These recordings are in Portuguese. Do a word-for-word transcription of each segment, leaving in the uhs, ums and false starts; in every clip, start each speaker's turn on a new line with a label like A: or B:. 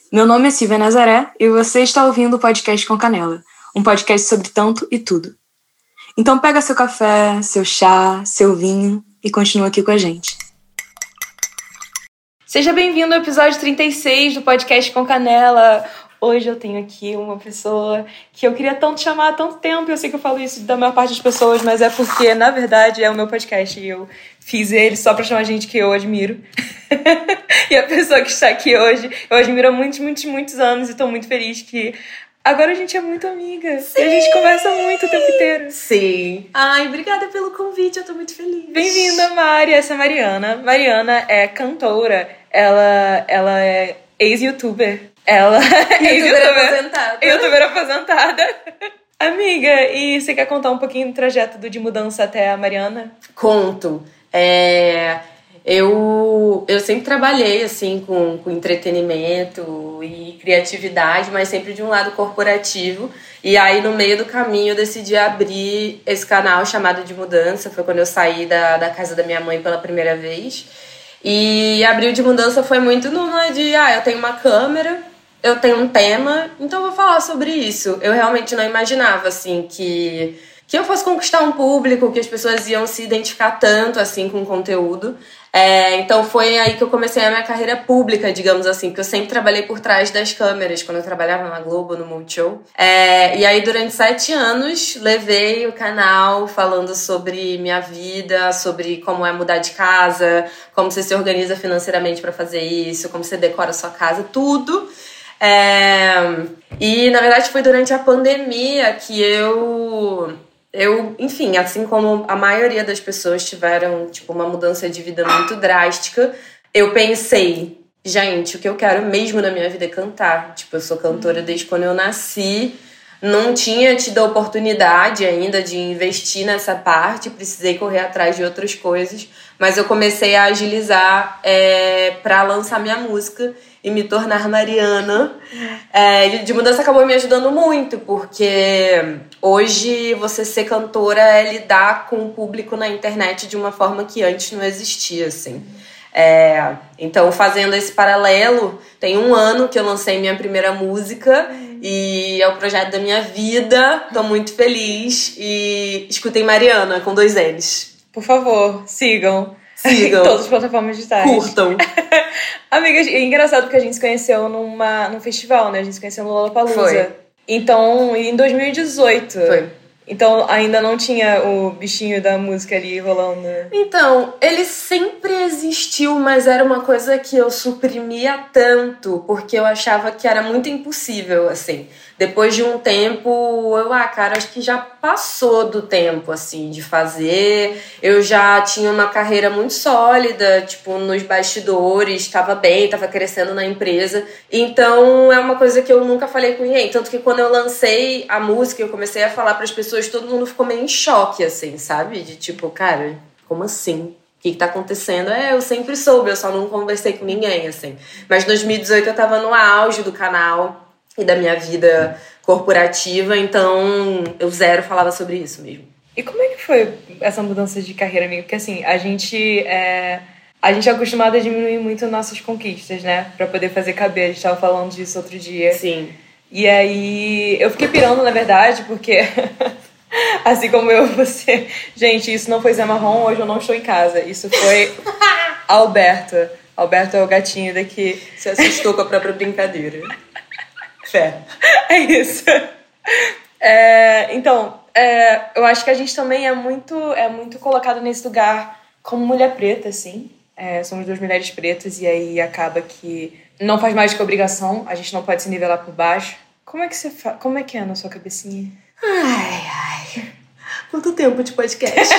A: Meu nome é Silvia Nazaré e você está ouvindo o Podcast com Canela, um podcast sobre tanto e tudo. Então pega seu café, seu chá, seu vinho e continua aqui com a gente. Seja bem-vindo ao episódio trinta e seis do Podcast com Canela. Hoje eu tenho aqui uma pessoa que eu queria tanto chamar há tanto tempo. Eu sei que eu falo isso da maior parte das pessoas, mas é porque, na verdade, é o meu podcast e eu fiz ele só pra chamar gente que eu admiro. E a pessoa que está aqui hoje, eu admiro há muitos, muitos, muitos anos e tô muito feliz que agora a gente é muito amiga. Sim. E a gente conversa muito o tempo inteiro.
B: Sim. Ai, obrigada pelo convite, eu tô muito feliz.
A: Bem-vinda, Mari. Essa é a Mariana. Mariana é cantora. Ela, ela é ex-youtuber. Ela é
B: youtuber aposentada.
A: Youtuber aposentada. Amiga, e você quer contar um pouquinho do trajeto do de mudança até a Mariana?
B: Conto. É... Eu, eu sempre trabalhei assim com, com entretenimento e criatividade, mas sempre de um lado corporativo. E aí, no meio do caminho, eu decidi abrir esse canal chamado De Mudança. Foi quando eu saí da, da casa da minha mãe pela primeira vez. E abrir o De Mudança foi muito numa de, ah, eu tenho uma câmera, eu tenho um tema, então eu vou falar sobre isso. Eu realmente não imaginava, assim, que... que eu fosse conquistar um público, que as pessoas iam se identificar tanto, assim, com o conteúdo. É, então foi aí que eu comecei a minha carreira pública, digamos assim, porque eu sempre trabalhei por trás das câmeras, quando eu trabalhava na Globo, no Multishow. É, e aí, durante sete anos, levei o canal falando sobre minha vida, sobre como é mudar de casa, como você se organiza financeiramente pra fazer isso, como você decora a sua casa, tudo. É, e, na verdade, foi durante a pandemia que eu... Eu, enfim, assim como a maioria das pessoas tiveram, tipo, uma mudança de vida muito drástica, eu pensei, gente, o que eu quero mesmo na minha vida é cantar. Tipo, eu sou cantora desde quando eu nasci, não tinha tido a oportunidade ainda de investir nessa parte, precisei correr atrás de outras coisas, mas eu comecei a agilizar é, pra lançar minha música e me tornar Mariana. É, de mudança acabou me ajudando muito, porque hoje você ser cantora é lidar com o público na internet de uma forma que antes não existia, assim. É, então, fazendo esse paralelo, tem um ano que eu lancei minha primeira música e é o projeto da minha vida, tô muito feliz. E escutem Mariana, com dois N's.
A: Por favor, sigam.
B: Sigam.
A: Em todas as plataformas digitais.
B: Curtam.
A: Amigas, é engraçado porque a gente se conheceu numa, num festival, né? A gente se conheceu no Lollapalooza.
B: Foi.
A: Então, em dois mil e dezoito.
B: Foi.
A: Então, ainda não tinha o bichinho da música ali rolando.
B: Então, ele sempre existiu, mas era uma coisa que eu suprimia tanto, porque eu achava que era muito impossível, assim. Depois de um tempo, eu, ah, cara, acho que já passou do tempo, assim, de fazer. Eu já tinha uma carreira muito sólida, tipo, nos bastidores, estava bem, estava crescendo na empresa. Então, é uma coisa que eu nunca falei com ninguém. Tanto que quando eu lancei a música, eu comecei a falar para as pessoas, todo mundo ficou meio em choque, assim, sabe? De tipo, cara, como assim? O que que tá acontecendo? É, eu sempre soube, eu só não conversei com ninguém, assim. Mas em dois mil e dezoito eu tava no auge do canal e da minha vida corporativa, então eu zero falava sobre isso mesmo.
A: E como é que foi essa mudança de carreira, amiga? Porque assim, a gente é, a gente é acostumado a diminuir muito nossas conquistas, né? Pra poder fazer caber, a gente tava falando disso outro dia.
B: Sim.
A: E aí, eu fiquei pirando, na verdade, porque... assim como eu, você... Gente, isso não foi Zé Marrom, hoje eu não estou em casa. Isso foi Alberto. Alberto é o gatinho daqui.
B: Se assustou com a própria brincadeira. Fé.
A: É isso. É, então, é, eu acho que a gente também é muito, é muito colocado nesse lugar como mulher preta, assim. É, somos duas mulheres pretas e aí acaba que não faz mais que obrigação, a gente não pode se nivelar por baixo. Como é que você fa... Como é que é na sua cabecinha?
B: Ai, ai. Quanto tempo de podcast?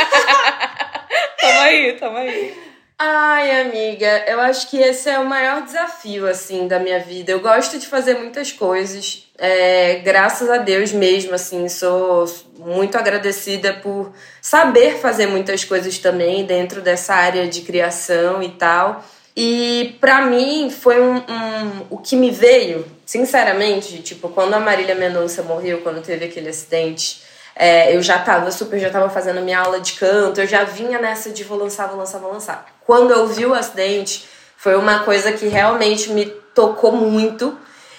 A: Toma aí, toma aí.
B: Ai, amiga, eu acho que esse é o maior desafio, assim, da minha vida. Eu gosto de fazer muitas coisas, é, graças a Deus mesmo, assim, sou muito agradecida por saber fazer muitas coisas também dentro dessa área de criação e tal. E pra mim foi um, um, o que me veio, sinceramente, tipo, quando a Marília Mendonça morreu, quando teve aquele acidente, é, eu já tava super, já tava fazendo minha aula de canto, eu já vinha nessa de vou lançar, vou lançar, vou lançar. Quando eu vi o acidente, foi uma coisa que realmente me tocou muito.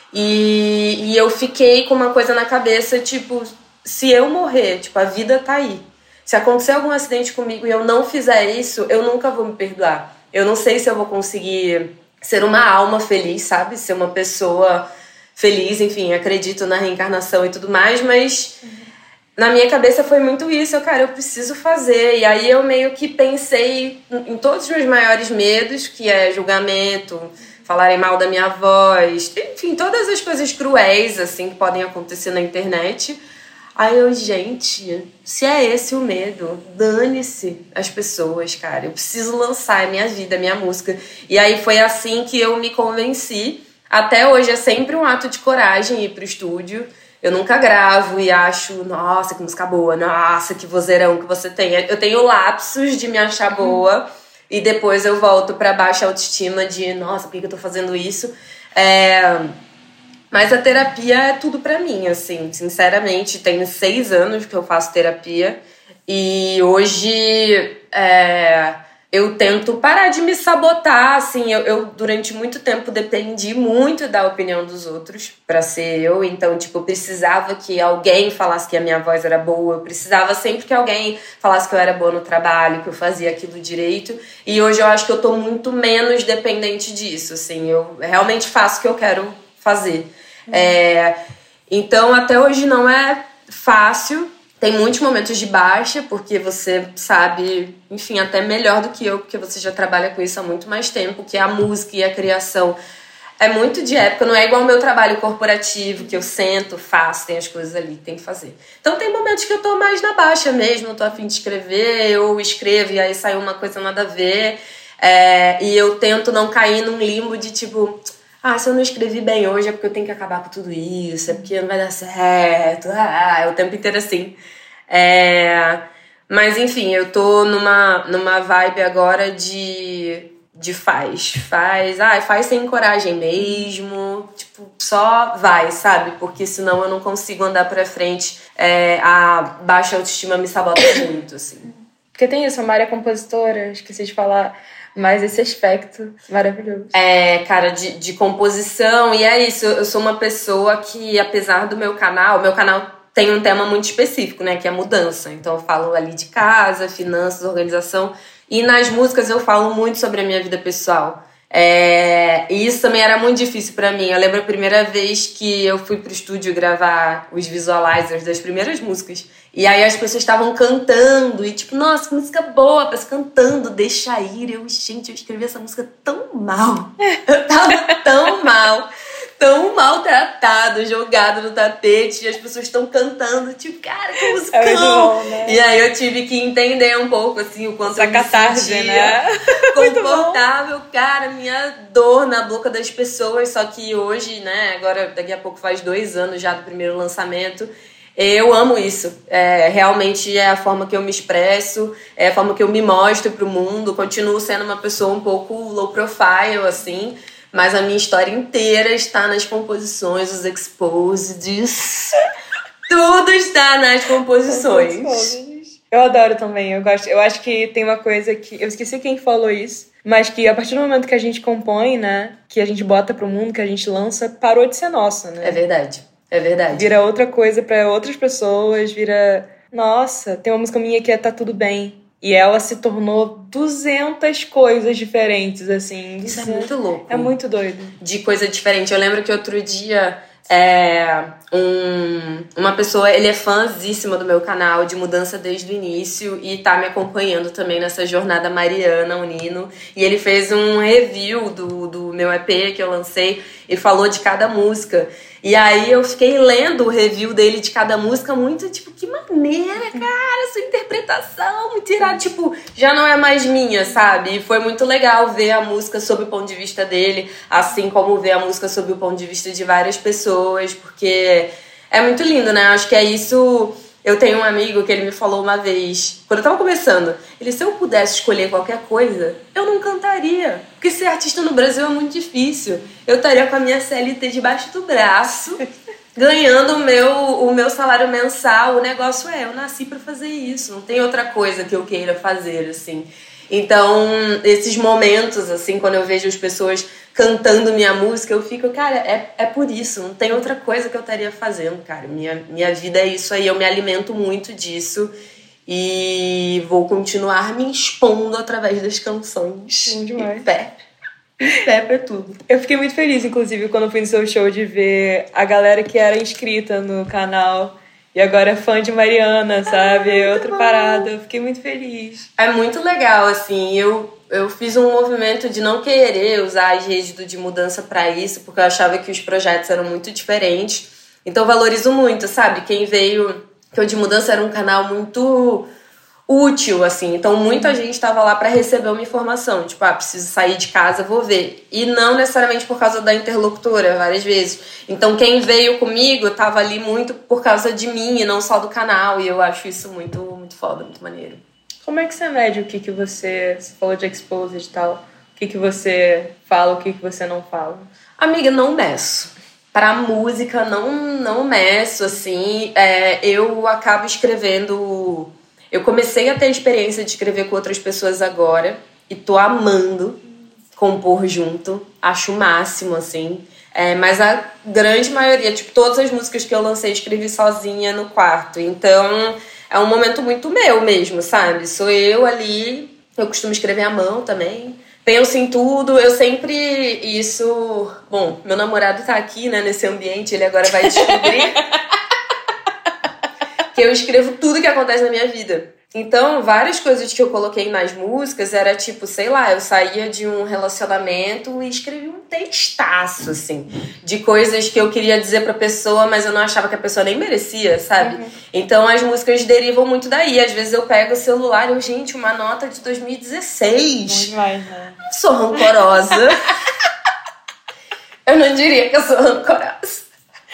B: E, e eu fiquei com uma coisa na cabeça, tipo, se eu morrer, tipo, a vida tá aí. Se acontecer algum acidente comigo e eu não fizer isso, eu nunca vou me perdoar. Eu não sei se eu vou conseguir ser uma alma feliz, sabe? Ser uma pessoa feliz, enfim, acredito na reencarnação e tudo mais, mas uhum. na minha cabeça foi muito isso. Eu, cara, eu preciso fazer. E aí eu meio que pensei em todos os meus maiores medos, que é julgamento, falarem mal da minha voz, enfim, todas as coisas cruéis, assim, que podem acontecer na internet. Aí eu, gente, se é esse o medo, dane-se as pessoas, cara. Eu preciso lançar a minha vida, a minha música. E aí foi assim que eu me convenci. Até hoje é sempre um ato de coragem ir pro estúdio. Eu nunca gravo e acho, nossa, que música boa, nossa, que vozeirão que você tem. Eu tenho lapsos de me achar boa e depois eu volto pra baixa autoestima de, nossa, por que eu tô fazendo isso? É... Mas a terapia é tudo pra mim, assim, sinceramente. Tem seis anos que eu faço terapia e hoje é, eu tento parar de me sabotar, assim. Eu, eu, durante muito tempo, dependi muito da opinião dos outros pra ser eu. Então, tipo, eu precisava que alguém falasse que a minha voz era boa. Eu precisava sempre que alguém falasse que eu era boa no trabalho, que eu fazia aquilo direito. E hoje eu acho que eu tô muito menos dependente disso, assim. Eu realmente faço o que eu quero fazer. É, então até hoje não é fácil, tem muitos momentos de baixa, porque você sabe, enfim, até melhor do que eu, porque você já trabalha com isso há muito mais tempo, que a música e a criação é muito de época, não é igual o meu trabalho corporativo, que eu sento, faço, tem as coisas ali que tem que fazer. Então tem momentos que eu tô mais na baixa mesmo, eu tô a fim de escrever, eu escrevo e aí sai uma coisa nada a ver, é, e eu tento não cair num limbo de tipo... Ah, se eu não escrevi bem hoje é porque eu tenho que acabar com tudo isso, é porque não vai dar certo, ah, é o tempo inteiro assim. É... Mas enfim, eu tô numa, numa vibe agora de, de faz, faz, ah, faz sem coragem mesmo, tipo, só vai, sabe? Porque senão eu não consigo andar pra frente, é, a baixa autoestima me sabota muito, assim.
A: Porque tem isso, a Mari é compositora, esqueci de falar... Mas esse aspecto maravilhoso.
B: É, cara, de, de composição. E é isso, eu sou uma pessoa que, apesar do meu canal... Meu canal tem um tema muito específico, né? Que é mudança. Então eu falo ali de casa, finanças, organização. E nas músicas eu falo muito sobre a minha vida pessoal. É, e isso também era muito difícil pra mim. Eu lembro a primeira vez que eu fui pro estúdio gravar os visualizers das primeiras músicas. E aí as pessoas estavam cantando. E tipo, nossa, que música boa, parece cantando, deixa ir. Eu, gente, eu escrevi essa música tão mal. Eu tava tão mal. Tão maltratado, jogado no tapete. E as pessoas estão cantando. Tipo, cara, que musicão. É bom, né? E aí eu tive que entender um pouco, assim, o quanto
A: essa
B: eu me
A: catarse,
B: sentia
A: né?
B: confortável, cara, minha dor na boca das pessoas. Só que hoje, né, agora daqui a pouco faz dois anos já do primeiro lançamento, eu amo isso. É, realmente é a forma que eu me expresso, é a forma que eu me mostro pro mundo. Continuo sendo uma pessoa um pouco low profile, assim, mas a minha história inteira está nas composições, os exposeds. Tudo está nas composições.
A: Eu adoro também, eu gosto. Eu acho que tem uma coisa que... Eu esqueci quem falou isso, mas que a partir do momento que a gente compõe, né, que a gente bota pro mundo, que a gente lança, parou de ser nossa, né?
B: É verdade, é verdade.
A: Vira outra coisa pra outras pessoas, vira... Nossa, tem uma música minha que é Tá Tudo Bem. E ela se tornou duzentas coisas diferentes, assim.
B: Isso é muito louco.
A: É muito doido.
B: De coisa diferente. Eu lembro que outro dia... É, um, uma pessoa, ele é fãzíssima do meu canal, de mudança desde o início, e tá me acompanhando também nessa jornada mariana, o Nino. E ele fez um review do, do meu E P que eu lancei e falou de cada música. E aí eu fiquei lendo o review dele de cada música muito, tipo, que maneira, cara, sua interpretação, muito irada. Tipo, já não é mais minha, sabe? E foi muito legal ver a música sob o ponto de vista dele, assim como ver a música sob o ponto de vista de várias pessoas, porque é muito lindo, né? Acho que é isso... Eu tenho um amigo que ele me falou uma vez, quando eu tava começando, ele, se eu pudesse escolher qualquer coisa, eu não cantaria. Porque ser artista no Brasil é muito difícil. Eu estaria com a minha C L T debaixo do braço, ganhando o meu, o meu salário mensal. O negócio é, eu nasci pra fazer isso, não tem outra coisa que eu queira fazer, assim. Então, esses momentos, assim, quando eu vejo as pessoas cantando minha música, eu fico, cara, é, é por isso, não tem outra coisa que eu estaria fazendo, cara. Minha, minha vida é isso aí, eu me alimento muito disso e vou continuar me expondo através das canções.
A: Bom demais.
B: E fé. E fé pra tudo.
A: Eu fiquei muito feliz, inclusive, quando fui no seu show, de ver a galera que era inscrita no canal e agora é fã de Mariana, sabe?
B: Ah,
A: é outra
B: bom.
A: parada. Eu fiquei muito feliz.
B: É muito legal, assim, eu, eu fiz um movimento de não querer usar as redes do De Mudança pra isso, porque eu achava que os projetos eram muito diferentes. Então eu valorizo muito, sabe? Quem veio... Que o De Mudança era um canal muito útil, assim. Então muita gente estava lá pra receber uma informação. Tipo, ah, preciso sair de casa, vou ver. E não necessariamente por causa da interlocutora, várias vezes. Então quem veio comigo tava ali muito por causa de mim e não só do canal. E eu acho isso muito, muito foda, muito maneiro.
A: Como é que você mede o que, que você... Você falou de exposed e tal. O que, que você fala, o que, que você não fala?
B: Amiga, não meço. Pra música, não, não meço, assim. É, eu acabo escrevendo... Eu comecei a ter a experiência de escrever com outras pessoas agora. E tô amando compor junto. Acho o máximo, assim. É, mas a grande maioria, tipo, todas as músicas que eu lancei, escrevi sozinha no quarto. Então, é um momento muito meu mesmo, sabe? Sou eu ali. Eu costumo escrever à mão também. Penso em tudo, eu sempre... Isso... Bom, meu namorado tá aqui, né, nesse ambiente, ele agora vai descobrir que eu escrevo tudo que acontece na minha vida. Então, várias coisas que eu coloquei nas músicas era tipo, sei lá, eu saía de um relacionamento e escrevi um textaço, assim, de coisas que eu queria dizer pra pessoa, mas eu não achava que a pessoa nem merecia, sabe? Uhum. Então, as músicas derivam muito daí. Às vezes eu pego o celular e eu, gente, uma nota de dois mil e dezesseis.
A: Bom demais, né?
B: Eu sou rancorosa. Eu não diria que eu sou rancorosa.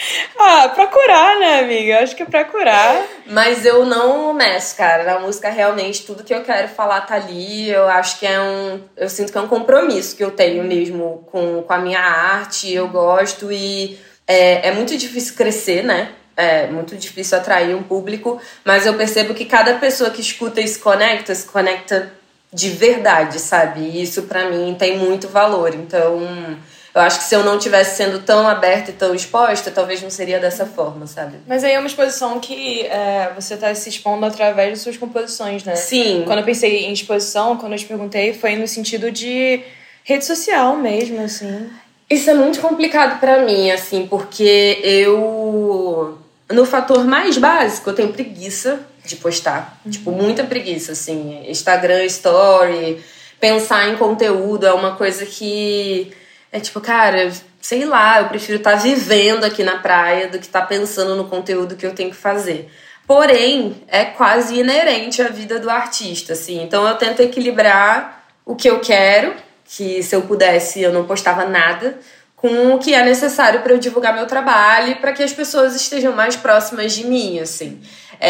A: Ah, pra curar, né, amiga? Acho que é pra curar.
B: Mas eu não meço, cara. Na música, realmente, tudo que eu quero falar tá ali. Eu acho que é um... Eu sinto que é um compromisso que eu tenho mesmo com, com a minha arte. Eu gosto e... É, é muito difícil crescer, né? É muito difícil atrair um público. Mas eu percebo que cada pessoa que escuta e se conecta, se conecta de verdade, sabe? E isso, pra mim, tem muito valor. Então... Eu acho que se eu não tivesse sendo tão aberta e tão exposta, talvez não seria dessa forma, sabe?
A: Mas aí é uma exposição que é, você tá se expondo através de suas composições, né?
B: Sim.
A: Quando eu pensei em exposição, quando eu te perguntei, foi no sentido de rede social mesmo, assim.
B: Isso é muito complicado pra mim, assim, porque eu... No fator mais básico, eu tenho preguiça de postar. Uhum. Tipo, muita preguiça, assim. Instagram, story, pensar em conteúdo é uma coisa que... É tipo, cara, sei lá, eu prefiro estar vivendo aqui na praia do que estar pensando no conteúdo que eu tenho que fazer. Porém, é quase inerente à vida do artista, assim. Então eu tento equilibrar o que eu quero, que se eu pudesse eu não postava nada, com o que é necessário para eu divulgar meu trabalho e para que as pessoas estejam mais próximas de mim, assim.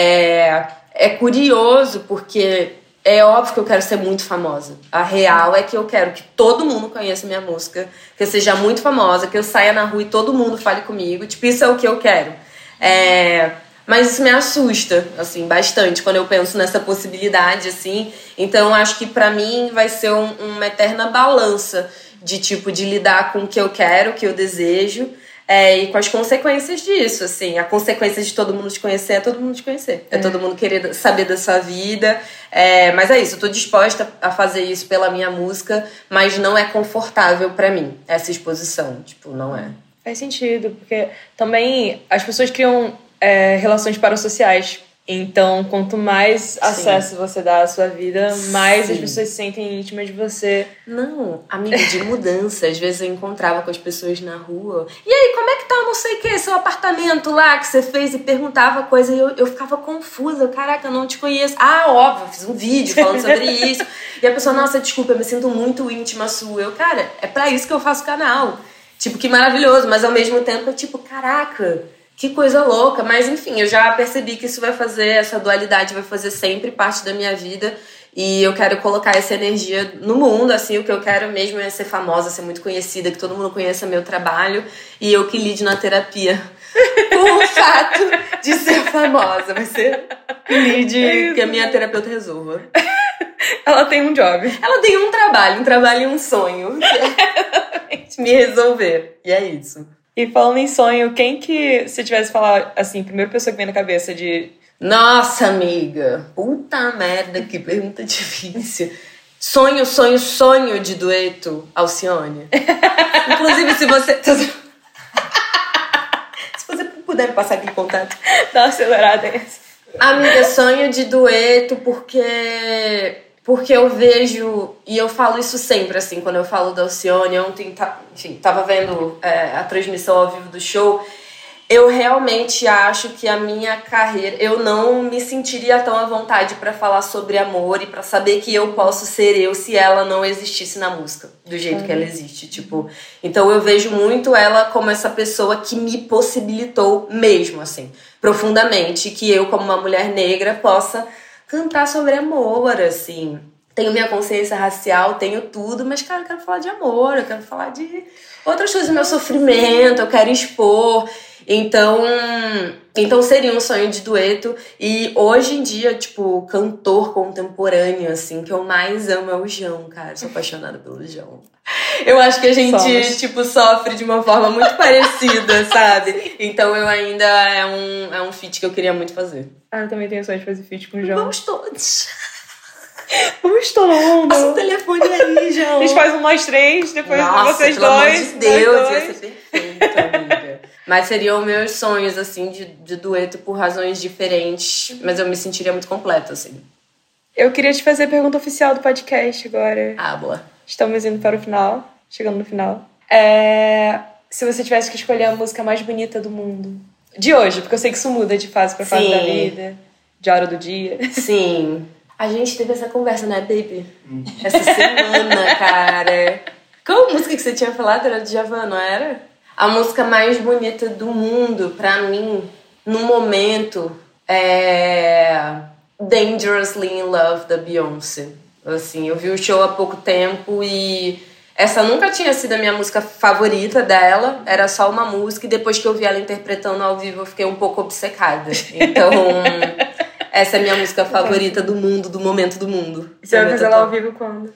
B: É, é curioso porque... É óbvio que eu quero ser muito famosa. A real é que eu quero que todo mundo conheça minha música, que eu seja muito famosa, que eu saia na rua e todo mundo fale comigo. Tipo, isso é o que eu quero. É... Mas isso me assusta, assim, bastante quando eu penso nessa possibilidade, assim. Então, acho que pra mim vai ser um, uma eterna balança de, tipo, de lidar com o que eu quero, o que eu desejo, É, e com as consequências disso, assim. A consequência de todo mundo te conhecer é todo mundo te conhecer. É, é todo mundo querer saber da sua vida. É, mas é isso, eu tô disposta a fazer isso pela minha música, mas não é confortável pra mim, essa exposição. Tipo, não é.
A: Faz sentido, porque também as pessoas criam é, relações parassociais. Então, quanto mais Sim. acesso você dá à sua vida, mais Sim. as pessoas se sentem íntimas de você.
B: Não, amiga, de mudança. Às vezes eu encontrava com as pessoas na rua. E aí, como é que tá, não sei o que, seu apartamento lá que você fez? E perguntava coisa e eu, eu ficava confusa. Caraca, eu não te conheço. Ah, óbvio, eu fiz um vídeo falando sobre isso. E a pessoa, nossa, desculpa, eu me sinto muito íntima sua. Eu, cara, é pra isso que eu faço canal. Tipo, que maravilhoso. Mas ao mesmo tempo, eu tipo, caraca... Que coisa louca, mas enfim, eu já percebi que isso vai fazer, essa dualidade vai fazer sempre parte da minha vida e eu quero colocar essa energia no mundo, assim, o que eu quero mesmo é ser famosa, ser muito conhecida, que todo mundo conheça meu trabalho e eu que lide na terapia com o fato de ser famosa, vai ser lide que a minha terapeuta resolva.
A: Ela tem um job.
B: Ela tem um trabalho, um trabalho e um sonho. Me resolver. E é isso.
A: E falando em sonho, quem que, se tivesse falar, assim, primeira pessoa que vem na cabeça de...
B: Nossa, amiga. Puta merda, que pergunta difícil. Sonho, sonho, sonho de dueto, Alcione. Inclusive, se você... se você puder passar aqui em contato.
A: Dá uma acelerada nessa.
B: Amiga, sonho de dueto, porque... Porque eu vejo, e eu falo isso sempre, assim, quando eu falo da Alcione. Ontem, tá, enfim, tava vendo é, a transmissão ao vivo do show. Eu realmente acho que a minha carreira, eu não me sentiria tão à vontade pra falar sobre amor e pra saber que eu posso ser eu se ela não existisse na música, do jeito uhum. que ela existe, tipo. Então eu vejo muito ela como essa pessoa que me possibilitou mesmo, assim, profundamente, que eu, como uma mulher negra, possa cantar sobre amor, assim. Tenho minha consciência racial, tenho tudo, mas, cara, eu quero falar de amor, eu quero falar de outras coisas do meu sofrimento, eu quero expor. Então, então seria um sonho de dueto. E hoje em dia, tipo, cantor contemporâneo, assim, que eu mais amo é o João, cara. Sou apaixonada pelo João. Eu acho que a gente, Somos. tipo, sofre de uma forma muito parecida, sabe? Então eu ainda, é um, é um feat que eu queria muito fazer.
A: Ah, eu também tenho sonho de fazer feat com o João.
B: Vamos todos.
A: Vamos todo mundo.
B: Passa o telefone aí, João.
A: A gente faz um nós três, depois
B: Nossa,
A: vocês
B: pelo
A: dois.
B: Amor de Deus, ia ser perfeito, amiga. Mas seriam meus sonhos, assim, de, de dueto por razões diferentes. Mas eu me sentiria muito completa, assim.
A: Eu queria te fazer a pergunta oficial do podcast agora.
B: Ah, boa.
A: Estamos indo para o final. Chegando no final. É... Se você tivesse que escolher a música mais bonita do mundo. De hoje, porque eu sei que isso muda de fase para fase Sim. da vida. De hora do dia.
B: Sim. A gente teve essa conversa, né, baby? Hum. Essa semana, cara. Qual música que você tinha falado? Era de Djavan, não era? A música mais bonita do mundo, pra mim, no momento, é Dangerously in Love, da Beyoncé. Assim, eu vi o show há pouco tempo e essa nunca tinha sido a minha música favorita dela. Era só uma música e depois que eu vi ela interpretando ao vivo, eu fiquei um pouco obcecada. Então, essa é a minha música favorita do mundo, do momento do mundo.
A: Você vai fazer ela ao vivo quando?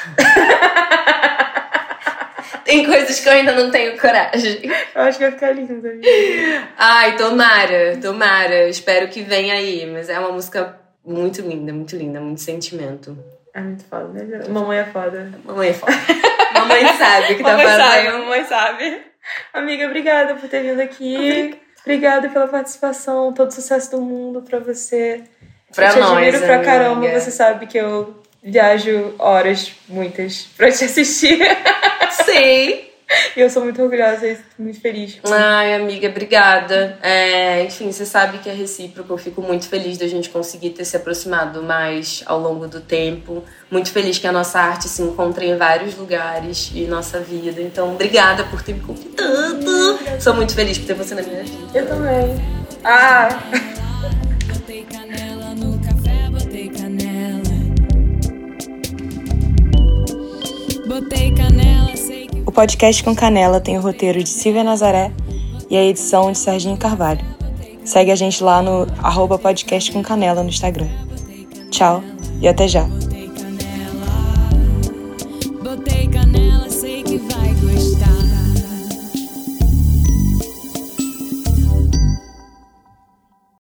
B: Tem coisas que eu ainda não tenho coragem.
A: Eu acho que vai ficar lindo.
B: Ai, tomara, tomara. Espero que venha aí. Mas é uma música muito linda, muito linda, muito sentimento.
A: É muito foda, né? Mamãe é foda.
B: Mamãe é foda. Mamãe sabe o que tá
A: mamãe
B: fazendo.
A: Sabe, mamãe sabe. Amiga, obrigada por ter vindo aqui. Obrigada, obrigada pela participação. Todo sucesso do mundo pra você.
B: Pra
A: eu te
B: nós,
A: admiro pra
B: amiga.
A: caramba. Você sabe que eu viajo horas, muitas, pra te assistir.
B: Sei.
A: E eu sou muito orgulhosa e muito feliz.
B: Ai, amiga, obrigada. É, enfim, você sabe que é recíproco. Eu fico muito feliz da gente conseguir ter se aproximado mais ao longo do tempo. Muito feliz que a nossa arte se encontre em vários lugares e nossa vida. Então, obrigada por ter me convidado. Sou muito feliz por ter você na minha vida.
A: Eu também. Ah!
C: Botei canela no café, botei canela. Botei canela, sei que...
A: O podcast com Canela tem o roteiro de Silvia Nazaré e a edição de Serginho Carvalho. Segue a gente lá no arroba podcast com canela no Instagram. Tchau e até já.